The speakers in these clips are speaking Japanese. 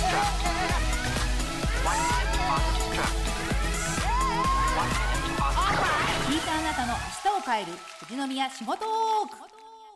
聞いたあなたの明日を変える富士宮仕事トーク。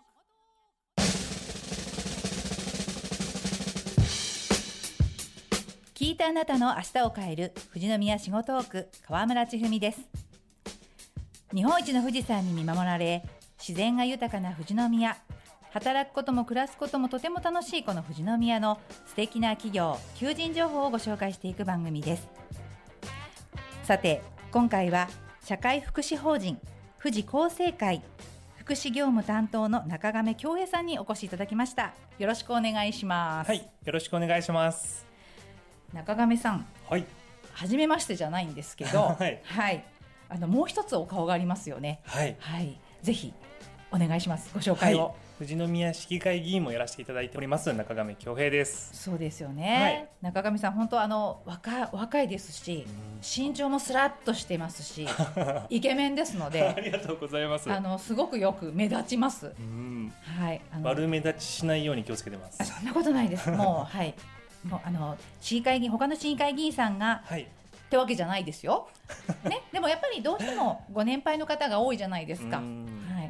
聞いたあなたの明日を変える富士宮仕事トーク、川村千文です。日本一の富士山に見守られ、自然が豊かな富士宮、働くことも暮らすこともとても楽しいこの富士宮の素敵な企業、求人情報をご紹介していく番組です。さて、今回は社会福祉法人富士厚生会福祉業務担当の中亀恭平さんにお越しいただきました。よろしくお願いします。 はい、よろしくお願いします。 中亀さん、 はい、 初めましてじゃないんですけど、 はい、 はい、もう一つお顔がありますよね。 はい、 はい、ぜひお願いします。ご紹介を。 はい、富士宮市議会議員もやらせていただいております中亀恭平です。 そうですよね、はい、中亀さん本当若いですし、身長もスラッとしてますしイケメンですのでありがとうございます。 すごくよく目立ちます。はい、 悪目立ちしないように気をつけてます。 そんなことないですもう、はい、もう市議会議員、他の市議会議員さんが、はい、ってわけじゃないですよ、ね、でもやっぱりどうしてもご年配の方が多いじゃないですか。はい、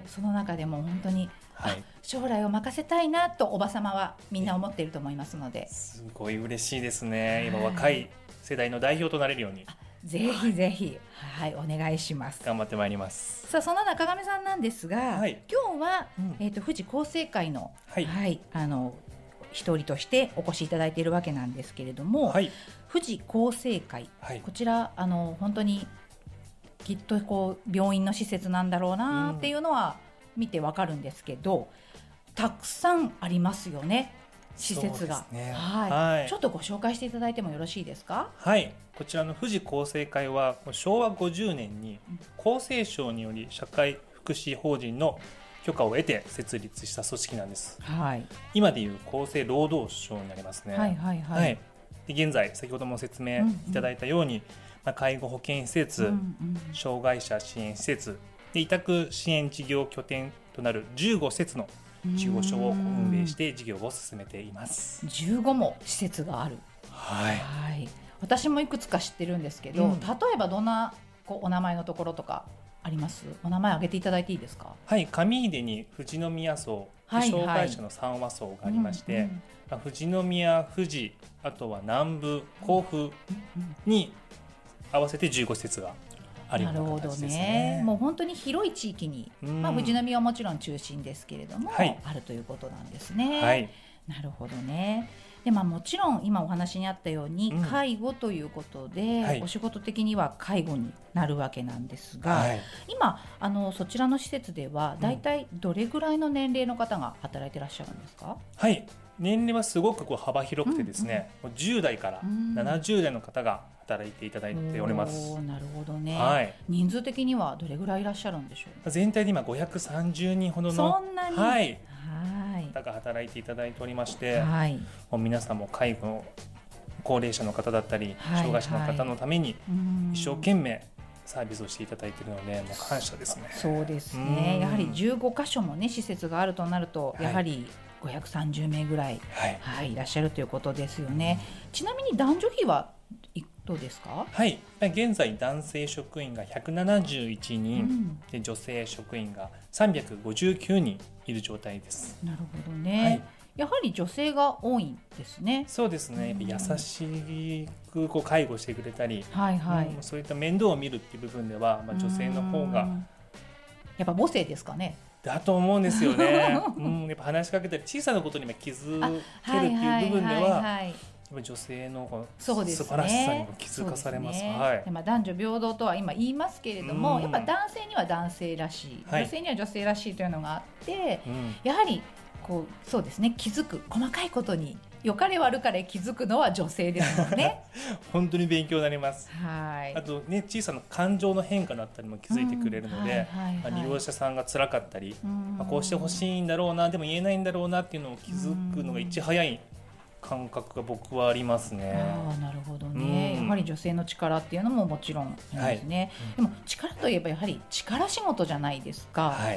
その中でも本当に、はい、将来を任せたいなとおばさまはみんな思っていると思いますので、 すごい嬉しいですね。今若い世代の代表となれるように、 ぜひぜひ、はい、お願いします。 頑張ってまいります。 さあ、その中亀さんなんですが、はい、今日は、富士厚生会の、 はいはい、 一人としてお越しいただいているわけなんですけれども、はい、富士厚生会、はい、こちら本当にきっとこう病院の施設なんだろうなっていうのは見てわかるんですけど、たくさんありますよね、施設が。ね、はいはい、ちょっとご紹介していただいてもよろしいですか。 はい、こちらの富士厚生会は昭和50年に厚生省により社会福祉法人の許可を得て設立した組織なんです。はい、今でいう厚生労働省になりますね。はいはいはいはい、で現在先ほども説明いただいたように、介護保健施設、障害者支援施設で委託支援事業拠点となる15施設の事業所を運営して事業を進めています。 15も施設がある。はいはい、私もいくつか知ってるんですけど、例えばどんなお名前のところとかあります？お名前挙げていただいていいですか？ はい、上出に富士宮荘、障害者の三和荘がありまして、富士宮、富士、あとは南部、甲府に合わせて15施設があるような形ですね。なるほどね。 もう本当に広い地域に、富士宮はもちろん中心ですけれども、はい、あるということなんですね。はい、なるほどね。でもちろん今お話にあったように、介護ということで、はい、お仕事的には介護になるわけなんですが、はい、今そちらの施設ではだいたいどれぐらいの年齢の方が働いてらっしゃるんですか？ はい、年齢はすごく幅広くてですね、10代から70代の方が働いていただいております。 なるほどね。はい、人数的にはどれぐらいいらっしゃるんでしょう？ 全体で今530人ほどの、 そんなに、 はい、方が働いていただいておりまして、はい、もう皆さんも介護の高齢者の方だったり、障害者の方のために一生懸命サービスをしていただいているので、もう感謝ですね。 そうですね。やはり15カ所もね施設があるとなると、やはり530名ぐらい、はいはい、いらっしゃるということですよね。ちなみに男女比はどうですか？ はい、現在男性職員が171人、で女性職員が359人いる状態です。 なるほどね。はい、やはり女性が多いんですね。 そうですね。優しく介護してくれたり、はいはい、そういった面倒を見るっていう部分では、女性の方がやっぱ母性ですかね。 だと思うんですよね。やっぱ話しかけたり小さなことに気づけるっていう部分では、女性の素晴らしさにも気づかされます。はい、 男女平等とは今言いますけれども、やっぱ男性には男性らしい、女性には女性らしいというのがあって、やはりそうですね、気づく細かいことに良かれ悪かれ気づくのは女性ですもんね。 本当に勉強になります。はい、あとね、小さな感情の変化だったりも気づいてくれるので、利用者さんが辛かったり、こうしてほしいんだろうな、でも言えないんだろうなっていうのを気づくのがいち早い感覚が僕はありますね。 なるほどね。やはり女性の力っていうのももちろんですね。でも力といえばやはり力仕事じゃないですか。はい、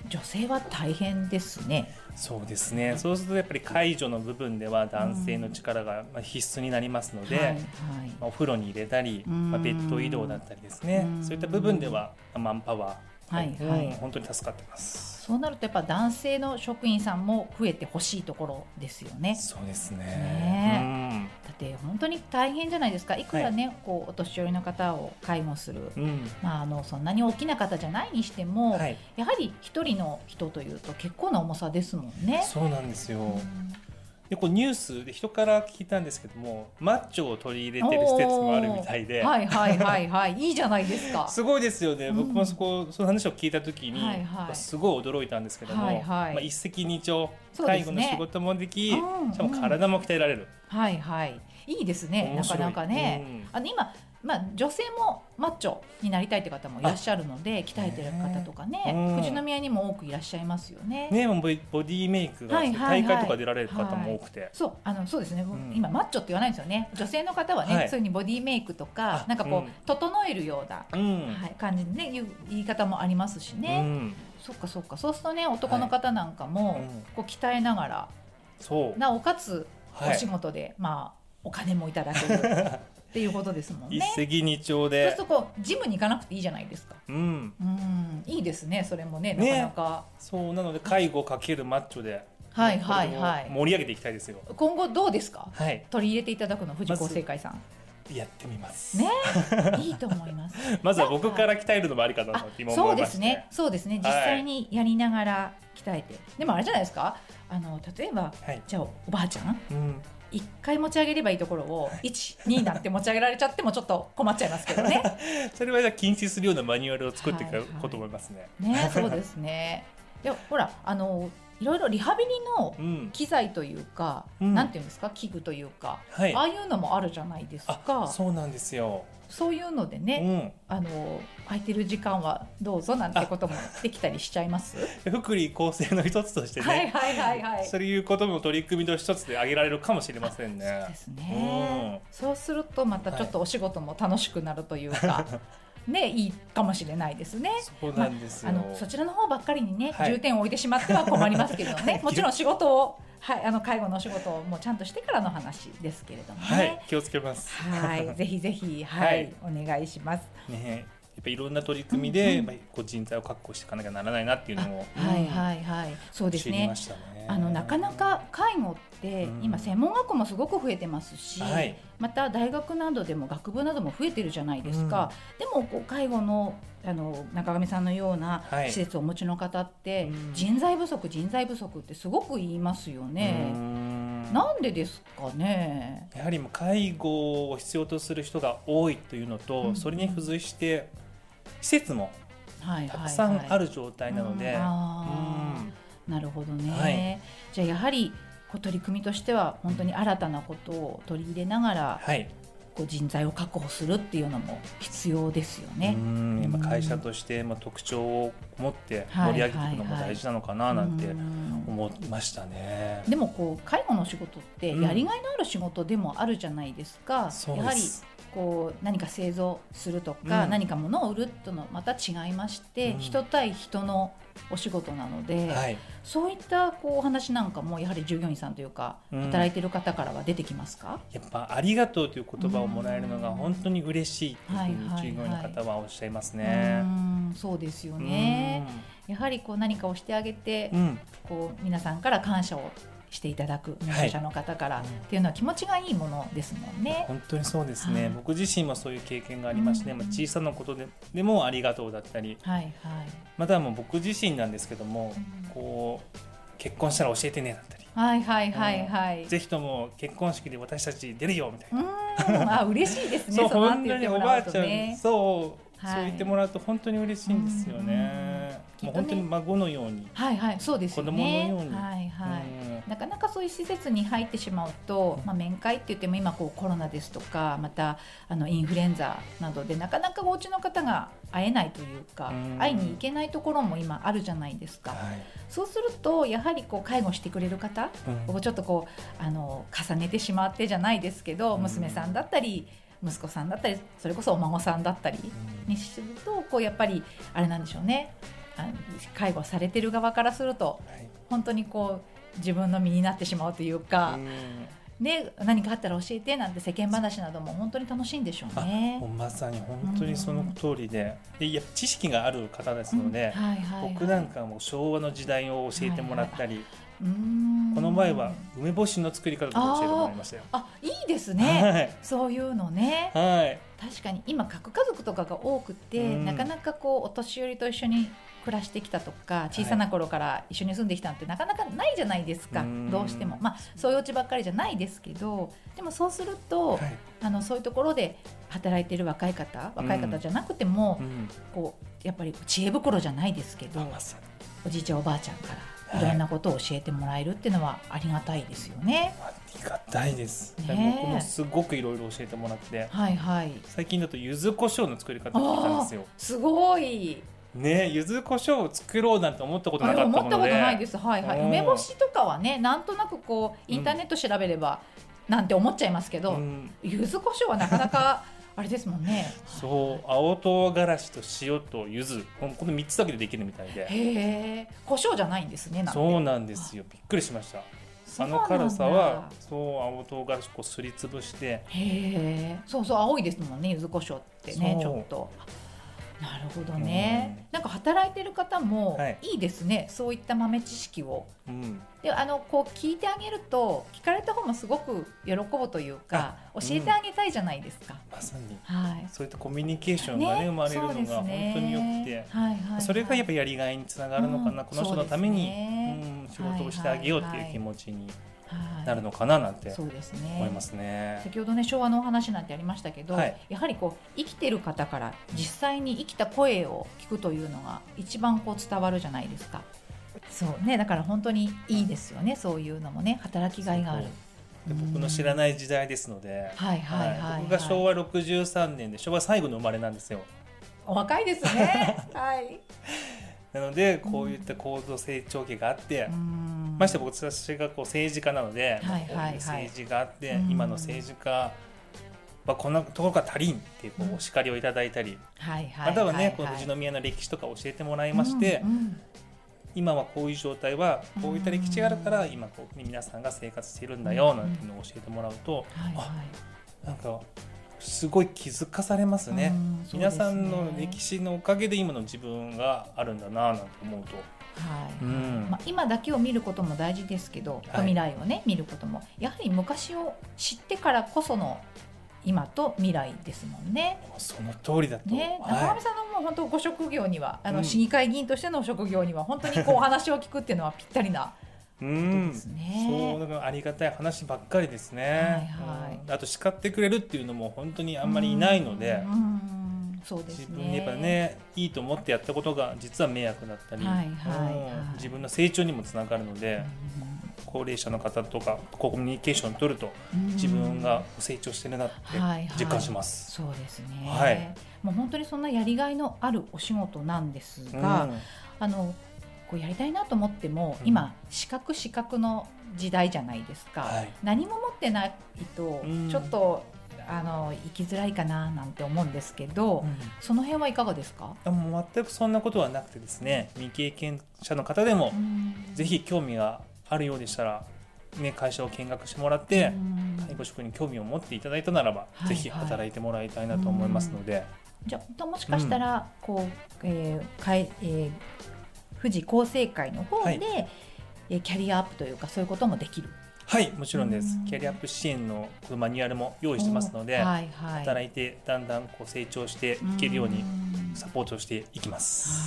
女性は大変ですね。 そうですね。そうするとやっぱり介助の部分では男性の力が必須になりますので、 はいはい、 お風呂に入れたり、ベッド移動だったりですね、そういった部分ではマンパワー、はいはい、本当に助かってます。 そうなるとやっぱ男性の職員さんも増えてほしいところですよね。 そうですね、 だって本当に大変じゃないですか。いくらね、こうお年寄りの方を介護する、そんなに大きな方じゃないにしても、やはり一人の人というと結構な重さですもんね。 そうなんですよ。でこうニュースで人から聞いたんですけども、マッチョを取り入れてる施設もあるみたいで、 はいはいはいはい、いいじゃないですか。 すごいですよね。僕もその話を聞いた時に、すごい驚いたんですけども、一石二鳥、介護の仕事もでき、しかも体も鍛えられる。 はいはい、いいですね。なかなかね、今女性もマッチョになりたいという方もいらっしゃるので、鍛えてる方とかね、富士宮にも多くいらっしゃいますよね。 ボディメイクが大会とか出られる方も多くて、 そうですね、今マッチョって言わないんですよね。女性の方はね、そういうふうにボディメイクとかなんかこう整えるような感じでね、言い方もありますしね。そっかそっか。そうするとね、男の方なんかもこう鍛えながら、なおかつお仕事でお金もいただけるっていうことですもんね。 一石二鳥で。 そうするとジムに行かなくていいじゃないですか。いいですね、それもね、なかなか。 そうなので介護かけるマッチョではいはいはい、 盛り上げていきたいですよ。 今後どうですか、取り入れていただくの、富士厚生会さん。 やってみますね、いいと思いますまずは僕から鍛えるのもありかなと今思いまして。 そうですね、実際にやりながら鍛えて、でもあれじゃないですか、例えば、じゃあおばあちゃん、1回持ち上げればいいところを1、2なんて持ち上げられちゃってもちょっと困っちゃいますけどねそれはじゃあ禁止するようなマニュアルを作っていこうと思いますね。 そうですね。でもほらいろいろリハビリの機材というか、なんていうんですか、器具というか、ああいうのもあるじゃないですか。 そうなんですよ。 そういうのでね、空いてる時間はどうぞなんてこともできたりしちゃいます。 福利厚生の一つとしてね、そういうことも取り組みの一つで挙げられるかもしれませんね。 そうですね。そうするとまたちょっとお仕事も楽しくなるというか。ね、いいかもしれないですね。 そうなんですよ。 そちらの方ばっかりにね、重点を置いてしまっては困りますけどねもちろん仕事を、介護の仕事をもうちゃんとしてからの話ですけれどもね、 気をつけます。 ぜひぜひ、お願いしますね。やっぱりいろんな取り組みで、人材を確保していかなきゃならないなっていうのをそうですね。なかなか介護って今専門学校もすごく増えてますし、また大学などでも学部なども増えてるじゃないですか。でも介護の中上さんのような施設をお持ちの方って人材不足ってすごく言いますよね。なんでですかね。 やはり介護を必要とする人が多いというのと、それに付随して施設もたくさんある状態なので、 なるほどね。じゃあやはり取り組みとしては本当に新たなことを取り入れながら、人材を確保するっていうのも必要ですよね。 会社として特徴を持って盛り上げていくのも大事なのかななんて思いましたね。 でも介護の仕事ってやりがいのある仕事でもあるじゃないですか。やはり何か製造するとか、何か物を売るとのまた違いまして、人対人のお仕事なので、そういったお話なんかもやはり従業員さんというか、働いている方からは出てきますか。 やっぱありがとうという言葉をもらえるのが本当に嬉しいというふうに従業員の方はおっしゃいますね。 そうですよね。やはり何かをしてあげて、皆さんから感謝をしていただく入居者の方からっていうのは気持ちがいいものですもんね。 本当にそうですね。僕自身もそういう経験がありまして、小さなことでもありがとうだったり、または僕自身なんですけども、結婚したら教えてねだったり、ぜひとも結婚式で私たち出るよみたいな。 嬉しいですね。 本当におばあちゃん、そう言ってもらうと本当に嬉しいんですよね。もう本当に孫のように、 そうですよね。子供のように、なかなかそういう施設に入ってしまうと、面会って言っても今コロナですとか、またインフルエンザなどでなかなかお家の方が会えないというか、会いに行けないところも今あるじゃないですか。そうするとやはり介護してくれる方をちょっと重ねてしまってじゃないですけど、娘さんだったり息子さんだったり、それこそお孫さんだったりにするとやっぱりあれなんでしょうね、 介護されてる側からすると、はい、本当にこう自分の身になってしまうというか、ね、何かあったら教えてなんて世間話なども本当に楽しいんでしょうね。 まさに本当にその通りで、やっぱ知識がある方ですので、僕なんかも昭和の時代を教えてもらったり、この前は梅干しの作り方とか教えてもらいましたよ。 いいですね、はい、そういうのね、 はい、 確かに今核家族とかが多くて、なかなかこうお年寄りと一緒に暮らしてきたとか小さな頃から一緒に住んできたなんてなかなかないじゃないですか、どうしても、そういうお家ばっかりじゃないですけど、でもそうすると、そういうところで働いている若い方じゃなくても、こうやっぱり知恵袋じゃないですけど、おじいちゃんおばあちゃんからいろんなことを教えてもらえるっていうのはありがたいですよね。 ありがたいです、僕もすごくいろいろ教えてもらって、最近だと柚子胡椒の作り方聞いたんですよ。 すごいね、柚子胡椒を作ろうなんて思ったことなかったもので。 思ったことないです、梅干しとかはね、なんとなくこうインターネット調べれば、なんて思っちゃいますけど、柚子胡椒はなかなかあれですもんね。 そう、青唐辛子と塩と柚子、この3つだけでできるみたいで。 へー、胡椒じゃないんですね。 そうなんですよ、びっくりしました。辛さは青唐辛子をすりつぶして。 へー、そう青いですもんね、柚子胡椒ってね、ちょっと。なるほどね、なんか働いてる方もいいですね、そういった豆知識を、でこう聞いてあげると、聞かれた方もすごく喜ぶというか、教えてあげたいじゃないですか。 まさに、そういったコミュニケーションが、生まれるのが本当によくて、それがやっぱりやりがいにつながるのかな、この人のために、仕事をしてあげようっていう気持ちになるのかななんて思いますね。 先ほどね、昭和のお話なんてありましたけど、やはりこう生きてる方から実際に生きた声を聞くというのが一番こう伝わるじゃないですか。そうね、だから本当にいいですよね、そういうのもね、働きがいがある。 で、僕の知らない時代ですので、僕が昭和63年で昭和最後の生まれなんですよ。 お若いですね。 なのでこういった高度成長期があって、まして僕私がこう政治家なので、政治があって、今の政治家はこんなところが足りんっていうお叱りをいただいたり、またはね、この富士宮の歴史とか教えてもらいまして、今はこういう状態はこういった歴史があるから今こう皆さんが生活しているんだよなんていうのを教えてもらうと、なんかすごい気づかされますね。皆さんの歴史のおかげで今の自分があるんだななんて思うと、 今だけを見ることも大事ですけど、未来をね見ることもやはり昔を知ってからこその今と未来ですもんね。 その通りだと、 中上さんのもう本当ご職業には市議会議員としての職業には本当にこうお話を聞くっていうのはぴったりなそうだからありがたい話ばっかりですね。あと叱ってくれるっていうのも本当にあんまりいないので、自分でやっぱね、いいと思ってやったことが実は迷惑だったり、自分の成長にもつながるので、高齢者の方とかコミュニケーションを取ると自分が成長してるなって実感します。 そうですね、もう本当にそんなやりがいのあるお仕事なんですが、こうやりたいなと思っても、今資格の時代じゃないですか、何も持ってないとちょっと生きづらいかななんて思うんですけど、その辺はいかがですか？ もう全くそんなことはなくてですね、未経験者の方でもぜひ興味があるようでしたら、会社を見学してもらって介護職に興味を持っていただいたならば、ぜひ働いてもらいたいなと思いますので、 じゃあもしかしたらこう、富士厚生会の方で、キャリアアップというかそういうこともできる？ はい、もちろんです。キャリアアップ支援のマニュアルも用意してますので、働いてだんだんこう成長していけるようにサポートしていきます。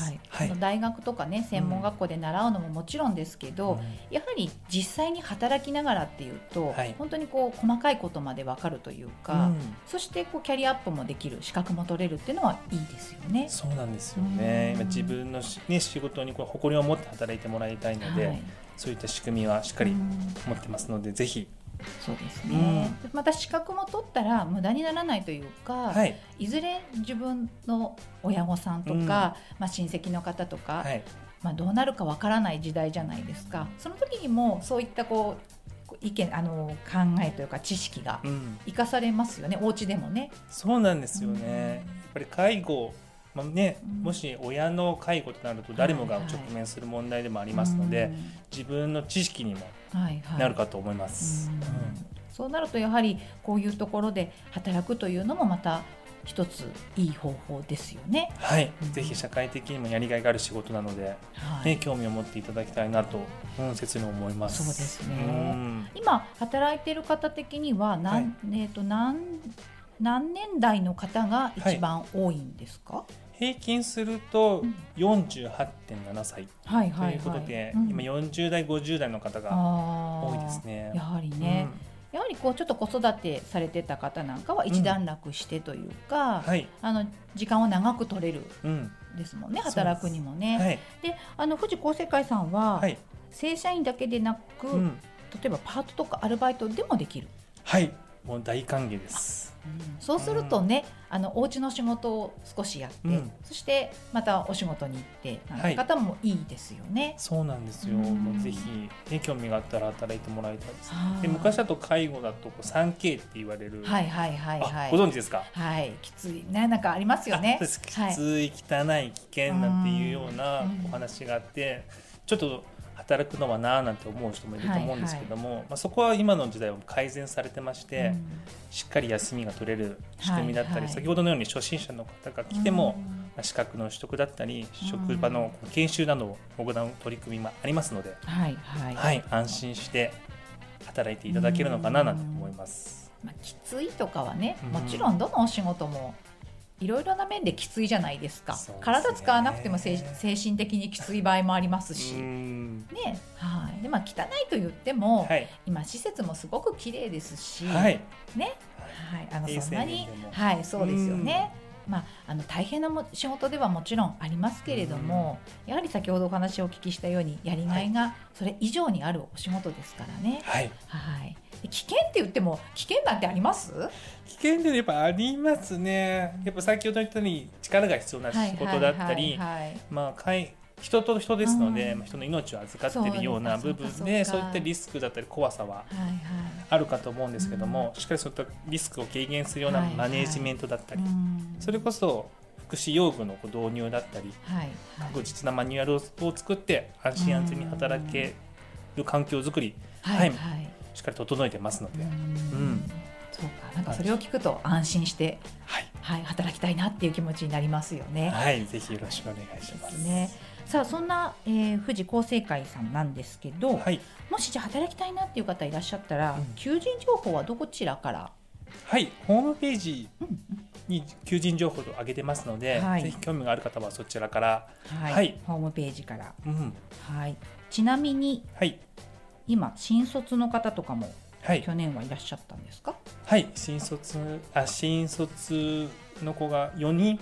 大学とかね、専門学校で習うのももちろんですけど、やはり実際に働きながらっていうと、本当にこう細かいことまで分かるというか、そしてこうキャリアアップもできる、資格も取れるっていうのはいいですよね。 そうなんですよね。今自分の、仕事にこう誇りを持って働いてもらいたいので、そういった仕組みはしっかり持ってますので、ぜひ。 そうですね、また資格も取ったら無駄にならないというか、いずれ自分の親御さんとか、親戚の方とか、どうなるかわからない時代じゃないですか。その時にもそういったこう意見考えというか知識が生かされますよね、お家でもね。 そうなんですよね、やっぱり介護もし親の介護となると誰もが直面する問題でもありますので、自分の知識にもなるかと思います。 そうなるとやはりこういうところで働くというのもまた一ついい方法ですよね。 はい、ぜひ社会的にもやりがいがある仕事なので、興味を持っていただきたいなと切に思います。 そうですね。今働いている方的には何年代の方が一番多いんですか？ 平均すると 48.7 歳ということで、今40代50代の方が多いですね。 やはりね、やはりちょっと子育てされてた方なんかは一段落してというか、時間を長く取れるですもんね、働くにもね。で、富士厚生会さんは、正社員だけでなく、例えばパートとかアルバイトでもできる。 はい、もう大歓迎です。 そうするとね、お家の仕事を少しやって、そしてまたお仕事に行ってなんて方もいいですよね。 そうなんですよ。もうぜひ、興味があったら働いてもらいたいです。で、昔だと介護だと 3K って言われる、ご存知ですか？きついね、なんかありますよね。 きつい、汚い、危険なんていうようなお話があって、ちょっと働くのはなぁなんて思う人もいると思うんですけども、そこは今の時代は改善されてまして、しっかり休みが取れる仕組みだったり、先ほどのように初心者の方が来ても、資格の取得だったり、職場の研修などを行う取り組みもありますので、安心して働いていただけるのかななんて思います。 きついとかはね、もちろんどのお仕事もいろいろな面できついじゃないですか。体使わなくても精神的にきつい場合もありますし、ね、で、汚いと言っても、今施設もすごく綺麗ですし、ね、そんなに、そうですよね。大変な仕事ではもちろんありますけれども、やはり先ほどお話をお聞きしたようにやりがいがそれ以上にあるお仕事ですからね。危険って言っても危険なんてあります？ 危険でやっぱありますね。やっぱ先ほど言ったように力が必要な仕事だったり、人と人ですので、人の命を預かっているような部分で、そういったリスクだったり怖さはあるかと思うんですけども、しっかりそういったリスクを軽減するようなマネジメントだったり、それこそ福祉用具の導入だったり、確実なマニュアルを作って安心安全に働ける環境づくり、しっかり整えてますので、 そうか、なんかそれを聞くと安心して、働きたいなっていう気持ちになりますよね。 ぜひよろしくお願いしますね。さあ、そんな、富士厚生会さんなんですけど、もしじゃあ働きたいなっていう方いらっしゃったら、求人情報はどちらから？ ホームページに求人情報を上げてますので、ぜひ興味がある方はそちらから、 ホームページから、ちなみに、今新卒の方とかも去年はいらっしゃったんですか？ 新卒の子が4人。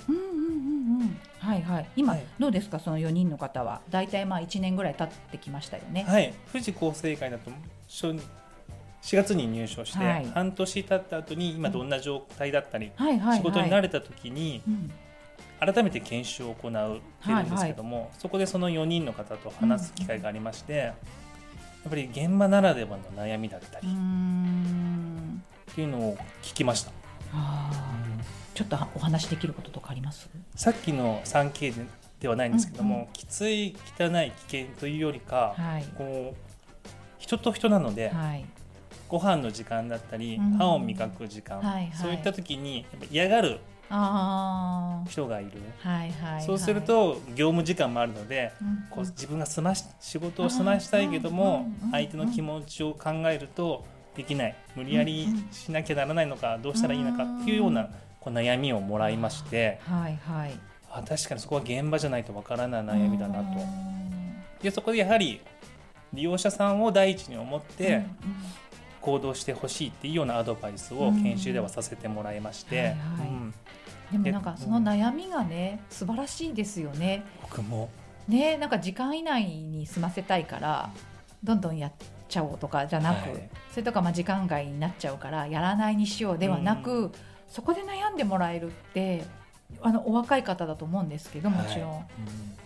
今どうですか、その4人の方は。だいたい1年ぐらい経ってきましたよね。 富士厚生会だと4月に入所して、半年経った後に今どんな状態だったり、仕事に慣れた時に改めて研修を行うっていうんですけども、そこでその4人の方と話す機会がありまして、やっぱり現場ならではの悩みだったりっていうのを聞きました。 ちょっとお話できることとかあります？ さっきの 3K ではないんですけども、きつい、汚い、危険というよりか、人と人なので、ご飯の時間だったり、歯を磨く時間、そういった時にやっぱ嫌がる人がいる。そうすると業務時間もあるので、自分が仕事を済ましたいけども、相手の気持ちを考えるとできない、無理やりしなきゃならないのか、どうしたらいいのかっていうような悩みをもらいまして、確かにそこは現場じゃないとわからない悩みだなと。で、そこでやはり利用者さんを第一に思って行動してほしいっていうようなアドバイスを研修ではさせてもらいまして、 でもなんかその悩みがね、素晴らしいですよね。 僕もね、なんか時間以内に済ませたいからどんどんやっちゃおうとかじゃなく、それとか時間外になっちゃうからやらないにしようではなく、そこで悩んでもらえるってお若い方だと思うんですけど、もちろん、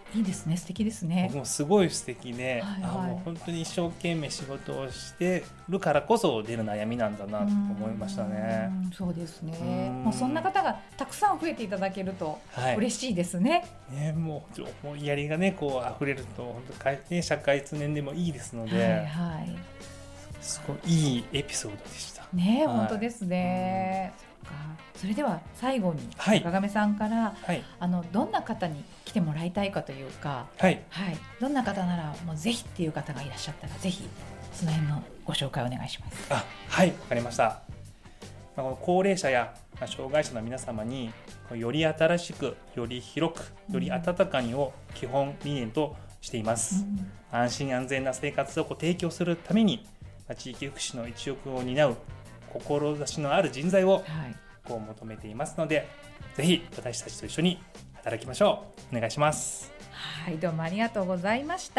いいですね、素敵ですね。 もうすごい素敵で、もう本当に一生懸命仕事をしてるからこそ出る悩みなんだなと思いましたね。 そうですね。もうそんな方がたくさん増えていただけると嬉しいですね。 もう思いやりがねこう溢れると本当に社会通念でもいいですので、すごいいいエピソードでしたね。本当ですね。それでは最後に中亀さんから、どんな方に来てもらいたいかというか、どんな方ならもうぜひっていう方がいらっしゃったらぜひその辺のご紹介をお願いします。 わかりました。高齢者や障害者の皆様により新しく、より広く、より温かにを基本理念としています。安心安全な生活を提供するために地域福祉の一翼を担う志のある人材を求めていますので、ぜひ私たちと一緒に働きましょう。お願いします。 どうもありがとうございました。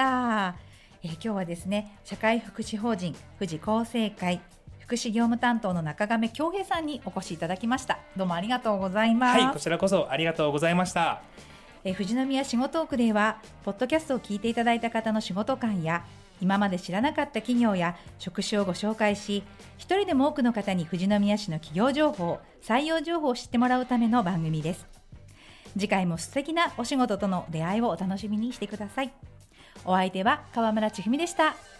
今日はですね、社会福祉法人富士厚生会福祉業務担当の中亀恭平さんにお越しいただきました。どうもありがとうございます。 こちらこそありがとうございました。 富士宮仕事区ではポッドキャストを聞いていただいた方の仕事観や今まで知らなかった企業や職種をご紹介し、一人でも多くの方に富士宮市の企業情報、採用情報を知ってもらうための番組です。次回も素敵なお仕事との出会いをお楽しみにしてください。お相手は川村千文でした。